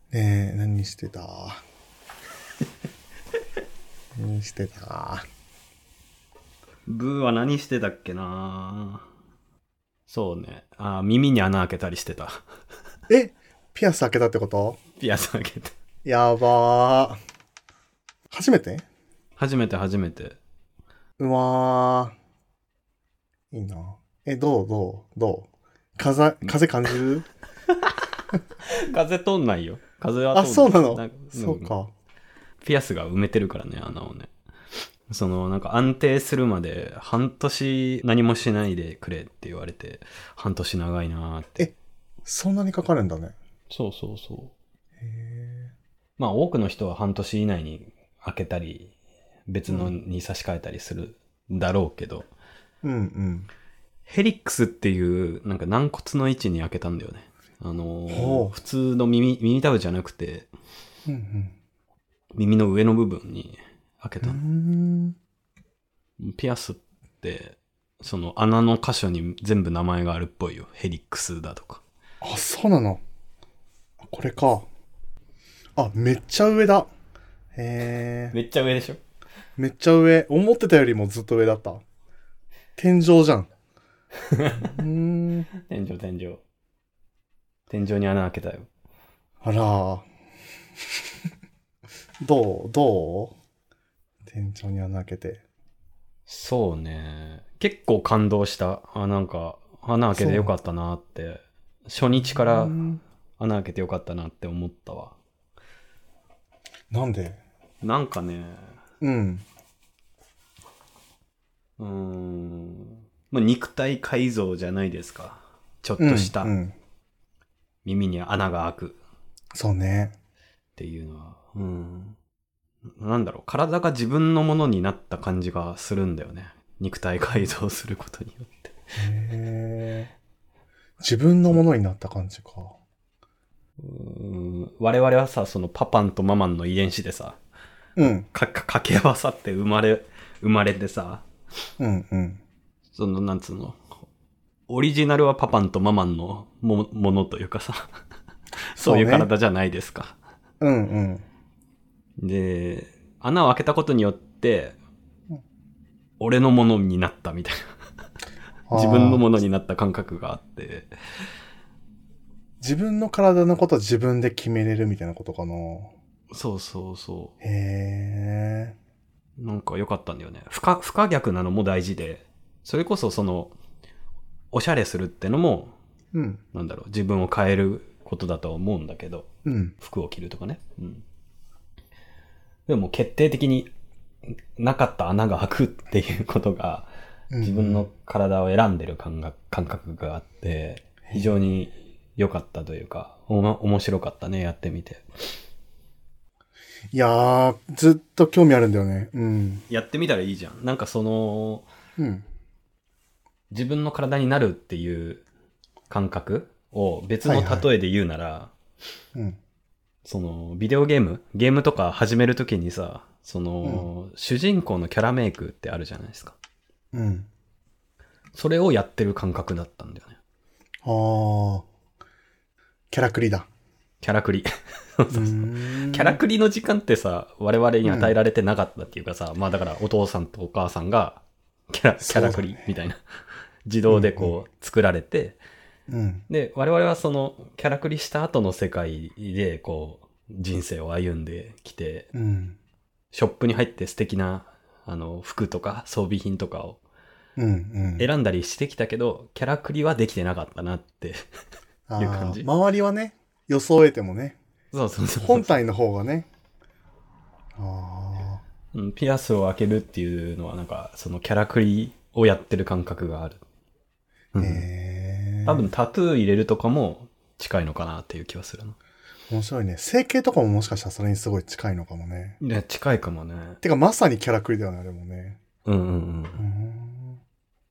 ねえ、何してた何してたブーは何してたっけな。そうね。耳に穴開けたりしてた。 え、ピアス開けたってこと？ ピアス開けた。 やばー。初めて？ 初めて初めて。 うわー。いいな。どう風感じる？ 風通んないよ。風はあ、 通んない。 そうなの？ なんそうか。 ピアスが埋めてるからね、穴をね。なんか安定するまで半年何もしないでくれって言われて、半年長いなーって。 え、そんなにかかるんだね。 そうそうそう。 へまあ多くの人は半年以内に開けたり、別ー。 のに差し替えたりするだろうけど、 うん。 ヘリックスっていうなんか軟骨の位置に開けたんだよね。 ほ普通の耳たぶじゃなくて、 う。うん耳の上の部分に開けうん。うたの。 ーん。 ピアスって、その穴の箇所に全部名前があるっぽいよ。ヘリックスだとか。 あ、そうなの。これか。あ、めっちゃ上だ。へー。 めっちゃ上でしょ？ めっちゃ上。思ってたよりもずっと上だった。天井じゃん。 天井天井。天井に穴開けたよ。 あらー。どう天井に穴開けて。 そうね。結構感動した。なんか、穴開けてよかったなって。初日から穴開けてよかったなって思ったわ。 なんで？ なんかね、 うん。 まあ、肉体改造じゃないですか。ちょっうん。 としたうん。 耳に穴が開くっそうね。 ていうのは、なんだろう、体が自分のものになった感じがするんだよね。肉体改造することによって。 へー。自分のものになった感じか。 我々はさ、そのパパンとママンの遺伝子でさ、 うん。 掛け合わさって生まれてさ、 うんうん。 なんつうの、オリジナルはパパンとママンのものというかさ、そういうそうね。 体じゃないですか。 うんうん。 で、穴を開けたことによって、俺のものになったみたいな。自分のああ。 ものになった感覚があって、 自分の体のこと自分で決めれるみたいなことかな。 そうそうそへえ。 う。なんか良かったんだよね。不可逆なのも大事で、それこそおしゃれするってのも、 うん。 なんだろう、自分を変えることだと思うんだけど、 うん。 服を着るとかね。でも決定的になかった穴が開くっていうことが、 うんう自分のん。 体を選んでる感覚があって、非常に良かったというか、面白かったね、やってみて。 いやー、ずっと興味あるんだよね。うん。 やってみたらいいじゃん。なんかうん。 自分の体になるっていう感覚を別のはいはい。 例えで言うなら、 うん。 ビデオゲームとか始めるときにさ、 うん。 主人公のキャラメイクってあるじゃないですか。 うん。 それをやってる感覚だったんだよね。 あー、キャラクリだ。 キャラクリ。そううーそうそう。キャラん。 クリの時間ってさ、我々に与えうん。 られてなかったっていうかさ、まあだからお父さんとお母さんがキャラクそうだね。 リみたいな自うんう動でん。 こう作られて、 うん。 で、我々はそのキャラクリした後の世界でこう人生を歩んできて、 うん。 ショップに入って素敵な服とか装備品とかをうんうん。 選んだりしてきたけど、キャラクリはできてなかったなっていう感あー、 じ。 周りはね、予想を得てもね、 そうそうそうそう。 本体の方がね、あピアスを開けるっていうのはなんかそのキャラクリをやってる感覚がある。うー、 ん。多分へタトゥー入れるとかも近いのかなっていう気はするな。 ー、面白いね。整形とかももしかしたらそれにすごい近いのかもね。 いや、近いかもね。 てかまさにキャラクリだよね、あれもね。 うんうんうん。 うーん。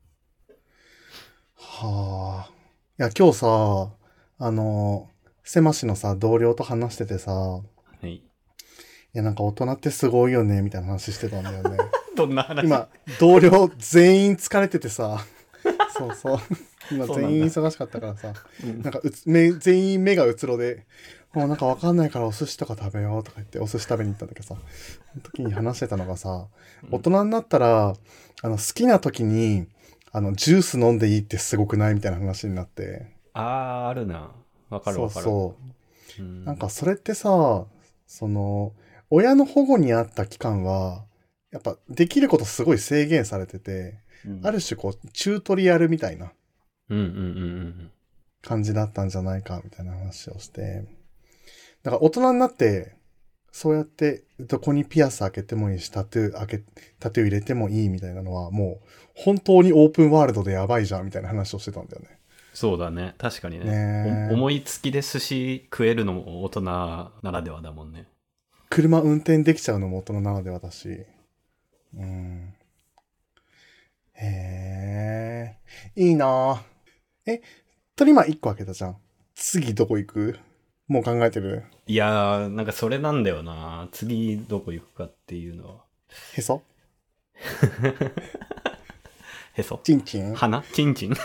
はあ。いや、今日さ、狭しのさ、同僚と話しててさ、 はい。 いや、なんか大人ってすごいよね、みたいな話してたんだよね。 どんな話？ 今、同僚全員疲れててさ、そうそう。 今そうなんだ全員忙しかったからさ、 うんなんか全員目がうつろで、もうなんかわかんないからお寿司とか食べようとか言ってお寿司食べに行ったんだけどさ、その時に話してたのがさ、大人になったら、好きな時に、ジュース飲んでいいってすごくないみたいな話になって。 あー、あるな。わかるそうわかる。 そう。 うんなんかそれってさ、親の保護にあった期間は、やっぱできることすごい制限されてて、 うんある種こう、チュートリアルみたいなうんうんうん感じだったんじゃないかみたいな話をして、だから大人になって、そうやってどこにピアス開けてもいいし、タトゥー入れてもいいみたいなのはもう本当にオープンワールドでやばいじゃんみたいな話をしてたんだよね。 そうだね。確かにね。 ねえ思いつきで寿司食えるのも大人ならではだもんね。 車運転できちゃうのも大人ならではだし。うん。へえ。いいなぁ。今1個開けたじゃん。次どこ行く？もう考えてる？ いやー、なんかそれなんだよな。次どこ行くかっていうのは。 へそ？ へそ？ ちんちん？ 鼻？チンチン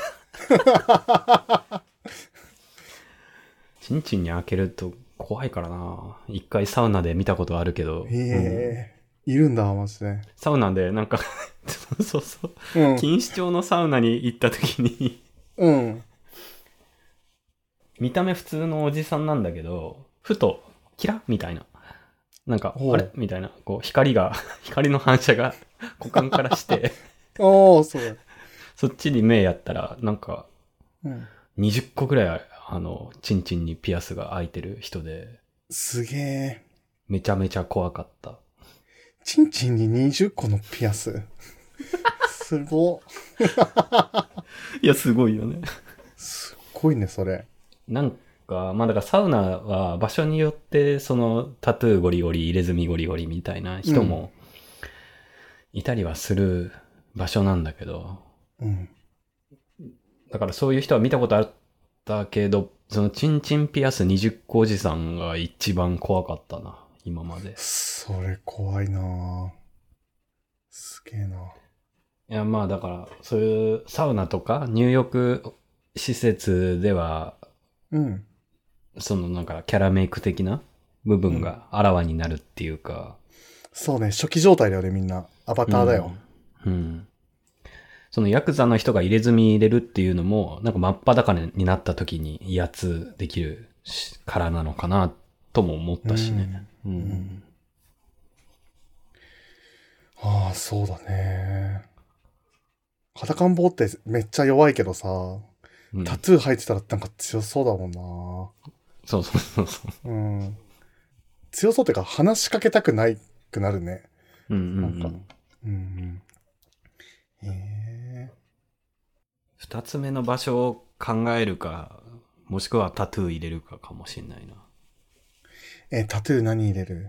チンチンに開けると怖いからな。一回サウナで見たことあるけど。 いるんだ、マジで。 サウナでなんかそうそう。 うん。 錦糸町のサウナに行った時にうん。 見た目普通のおじさんなんだけど、ふと、キラッみたいな。なんか、 ほうあれみたいな。こう、光の反射が股間からして、 おー、そうだ。 そっちに目やったら、なんか、 うん。 20個ぐらい、チンチンにピアスが開いてる人で、 すげえ。 めちゃめちゃ怖かった。 ちんちんに20個のピアス。すご。 いや、すごいよね。 すっごいね、それ。 なんか、まあだからサウナは場所によって、そのタトゥーゴリゴリ、入れ墨ゴリゴリみたいな人もいたりはする場所なんだけど、 うん。 だからそういう人は見たことあったけど、そのチンチンピアス20個おじさんが一番怖かったな、今まで。 それ怖いなぁ。すげえな。 いや、まあだから、そういうサウナとか入浴施設では、 うん。 そのなんかキャラメイク的な部分があらわになるっていうか。 そうね、初期状態だよね、みんな。アバターだよ。 うん。そのヤクザの人が入れ墨入れるっていうのも、なんか真っ裸になった時に威圧できるからなのかな、とも思ったしね。 ああ、そうだね。裸ん坊ってめっちゃ弱いけどさ、タトゥー入ってたらなんか強そうだもんな。 そうそうそうそう。 うん。強そうっていうか話しかけたくないくなるね。なんか。 二つ目の場所を考えるか、もしくはタトゥー入れるかかもしれないな。 タトゥー何入れる？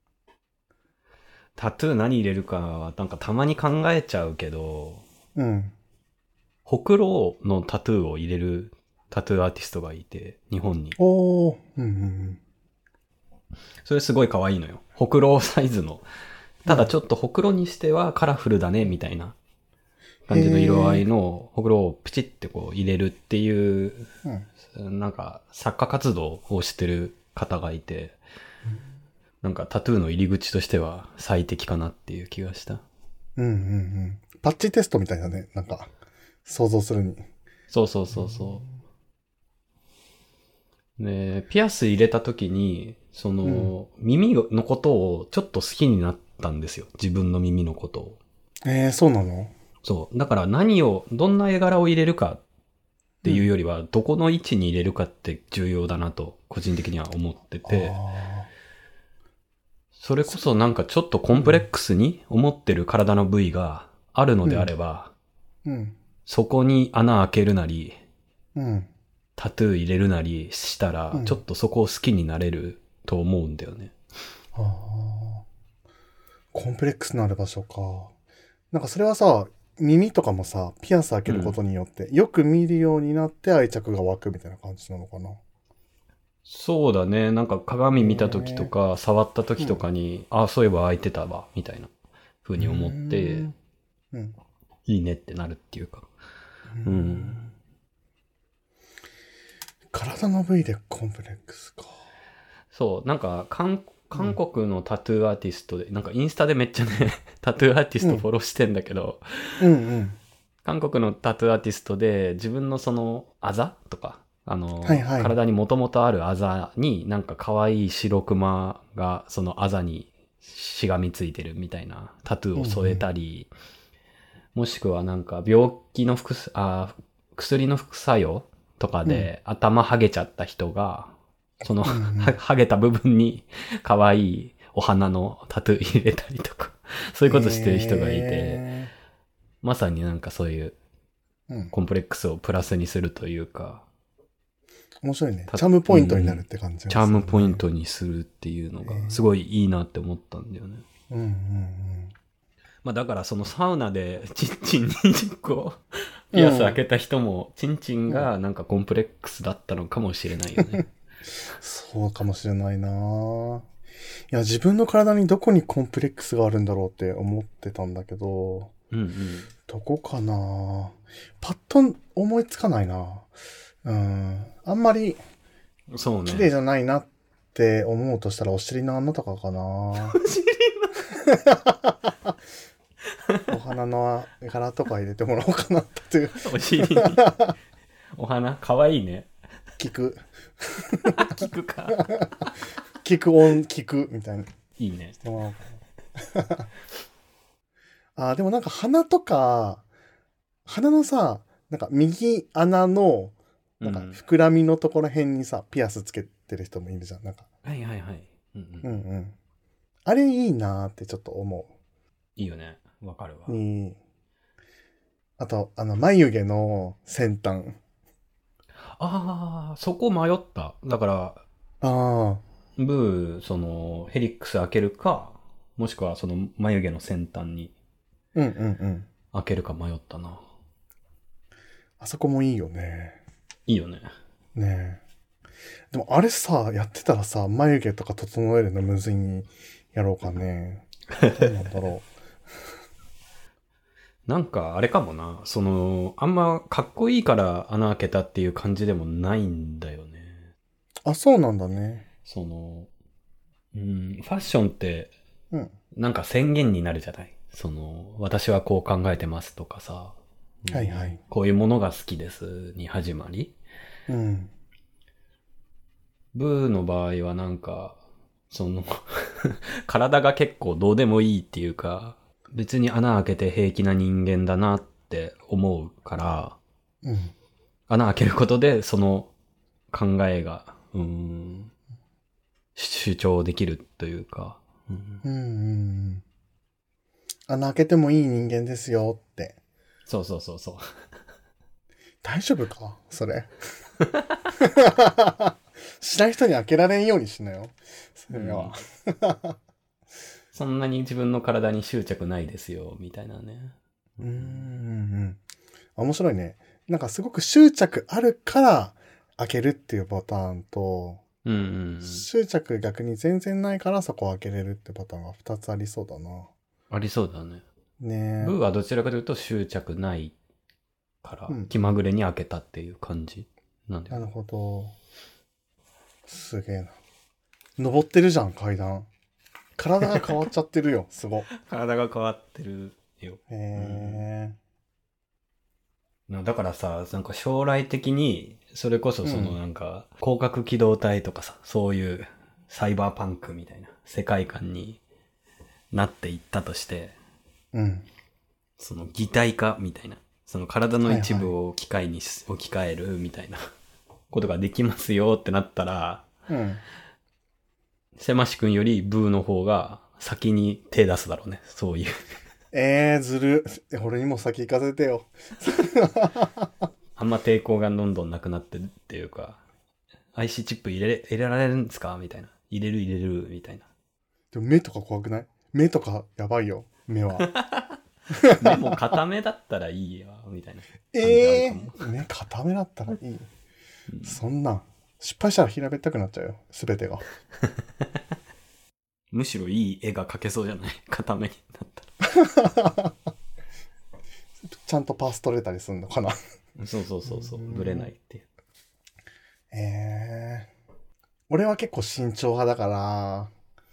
タトゥー何入れるかはなんかたまに考えちゃうけど、 うん。 ほくろのタトゥーを入れるタトゥーアーティストがいて、日本に。 おー。うんうんうん。 それすごい可愛いのよ。ほくろサイズの。ただちょっとほくろにしてはカラフルだね、みたいな感じの色合いのほくろをプチってこう入れるっていう、なんか作家活動をしてる方がいて、なんかタトゥーの入り口としては最適かなっていう気がした。 うんうんうん。パッチテストみたいだね。なんか、想像するに。 そうそうそうそう。で、ピアス入れた時に、その、耳のことをちょっと好きになったんですよ。自分の耳のことを。 そうなの？ そう。だからどんな絵柄を入れるかっていうよりは、どこの位置に入れるかって重要だなと、個人的には思ってて、それこそなんかちょっとコンプレックスに思ってる体の部位があるのであれば、そこに穴開けるなり、タトゥー入れるなりしたら、ちょっとそこを好きになれると思うんだよね。 コンプレックスのある場所か。なんかそれはさ、耳とかもさ、ピアス開けることによって、よく見るようになって愛着が湧くみたいな感じなのかな。 そうだね。なんか鏡見た時とか、触った時とかに、あ、そういえば開いてたわ、みたいな風に思って、いいねってなるっていうか。 体の部位でコンプレックスか。 そう、なんか韓国のタトゥーアーティストで、なんかインスタでめっちゃね、タトゥーアーティストフォローしてんだけど、 うんうん。 韓国のタトゥーアーティストで自分のそのあざとか、 はいはい。 体にもともとあるあざになんか可愛い白クマがそのあざにしがみついてるみたいなタトゥーを添えたり、もしくはなんか病気の薬の副作用とかで頭はげちゃった人が、その、 うんうん。 はげた部分に可愛いお花のタトゥー入れたりとか、そういうことしてる人がいて、 えまさになんかそういううん。 コンプレックスをプラスにするというか、 面白いね。チャームポイントになるって感じチャーがするね。 ムポイントにするっていうのが、すごいいいなって思ったんだよね。 うんうんまあだからそのサウナでチンチン20個ピアス開けた人も、チンチンがなんかコンプレックスだったのかもしれないよね。 そうかもしれないな。いや、自分の体にどこにコンプレックスがあるんだろうって思ってたんだけど、 うんうん。 どこかな。パッと思いつかないな。あんまりそうね。 綺麗じゃないなって思うとしたらお尻の穴とかかな。お花の柄とか入れてもらおうかなっていう。 お尻に。お花かわいいね。 聞く。 聞くか。 聞く音聞くみたいな。 いいね。 してもらおうかな。あ、でもなんか鼻とか、鼻のさ、なんか右穴の、なんか膨らみのところ辺にさ、ピアスつけてる人もいるじゃん。なんか。 はいはいはい。うんううんうん。あれいいなーってちょっと思いいよね。わかるわ。 う。あと、眉毛の先端。 ああ、そこ迷った。だから、 ああ、 その、ヘリックス開けるか、もしくはその眉毛の先端にうんうんうん。 開けるか迷ったな。 あそこもいいよね。 いいよね。 ねえ。でもあれさ、やってたらさ、眉毛とか整えるのむずいにやろうかね。どうなんだろなんかあれかもな。その、あんまかっこいいから穴開けたっていう感じでもないんだよね。 う。あ、そうなんだね。 その、ファッションってうん。 なんか宣言になるじゃない。その、私はこう考えてますとかさ、 はいはい。 こういうものが好きですに始まり、 うん。 ブーの場合はなんか、その体が結構どうでもいいっていうか、別に穴開けて平気な人間だなって思うから、 うん。 穴開けることでその考えが、主張できるというか、 うんうん。穴開けてもいい人間ですよって。 そうそうそうそう。 大丈夫かそれ。知らん人に開けられんようにしなよ。それは。 そんなに自分の体に執着ないですよ、みたいなね。 面白いね。なんかすごく執着あるから開けるっていうパターンと、執着逆に全然ないからそこを開けれるってパターンが2つありそうだな。 ありそうだね。 ねえ。 ブーはどちらかというと執着ないから、気まぐれに開けたっていう感じなんだよね。 なるほど。すげえな。登ってるじゃん、階段。体が変わっちゃってるよ、すご。 体が変わってるよ。 へだからさ、なんか将来的に、それこそそのなんか、広角機動隊とかさ、そういうサイバーパンクみたいな世界観になっていったとして、その擬態化みたいな、その体の一部を機械に置き換えるみたいなことができますよってなったら、せましくんよりブーの方が先に手出すだろうね、そういう。 ずる。俺にも先行かせてよ。 あんま抵抗がどんどんなくなってるっていうか、IC チップ入れられるんですかみたいな。入れる、みたいな。 でも目とか怖くない？目とかやばいよ、目は。 目も固めだったらいいよ、みたいな。 目固めだったらいい。そんな。失敗したら平べったくなっちゃうよ、すべてが。 むしろいい絵が描けそうじゃない？固めになったら。 ちゃんとパース取れたりするのかな。 そう。ぶれないっていう。 俺は結構慎重派だから、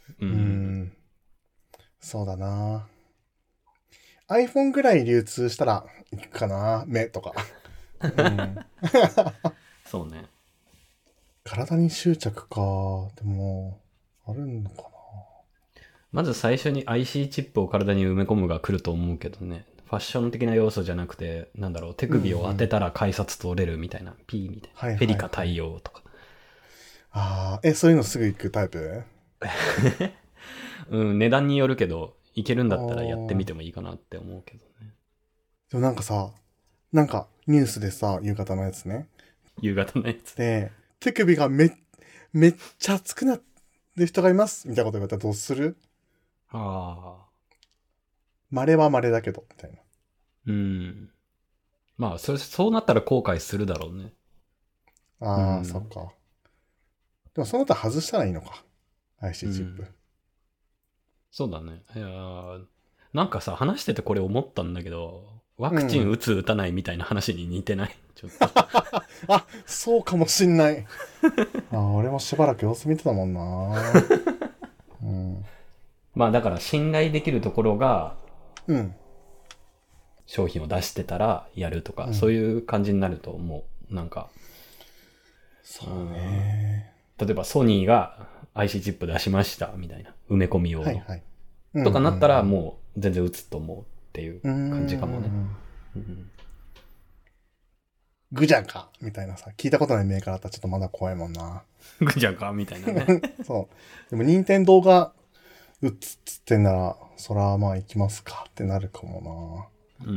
そうだな。iPhone ぐらい流通したら行くかな、目とか。 そうね。 体に執着か。でも、あるのかな。 まず最初に IC チップを体に埋め込むが来ると思うけどね。ファッション的な要素じゃなくて、なんだろう、手首を当てたら改札通れるみたいな、ピーみたいな。フェリカ対応とか。 そういうのすぐ行くタイプ？ 値段によるけど、いけるんだったらやってみてもいいかなって思うけどね。 でもなんかさ、なんかニュースでさ、夕方のやつね。 夕方のやつ。 で、手首がめっちゃ熱くなってる人がいますみたいなこと言われたらどうする？稀は稀だけど、みたいな。 まあ、そうなったら後悔するだろうね。 そっか。でもそうなったら外したらいいのか。IC チップ。 そうだね。なんかさ、話しててこれ思ったんだけど、ワクチン打つ打たないみたいな話に似てない？ちょっと。 そうかもしんない。俺もしばらく様子見てたもんな。 まあだから信頼できるところが、商品を出してたらやるとか、そういう感じになると思う。なんか。 そうね。 例えばソニーが IC チップ出しましたみたいな。埋め込み用の。とかなったらもう全然打つと思うっていう感じかもね。 グジャンかみたいなさ、聞いたことないメーカーだったらちょっとまだ怖いもんな。 グジャンかみたいなね。 そう。でも任天堂が打つっつってんなら、そらまあ行きますかってなるかもな。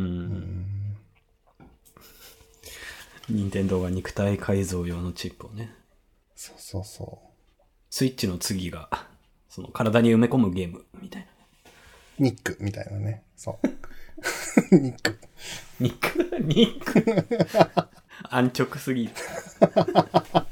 任天堂が肉体改造用のチップをね。 そう。 スイッチの次が、その体に埋め込むゲームみたいな。 ニックみたいなね。そう。ニック。 安直すぎる。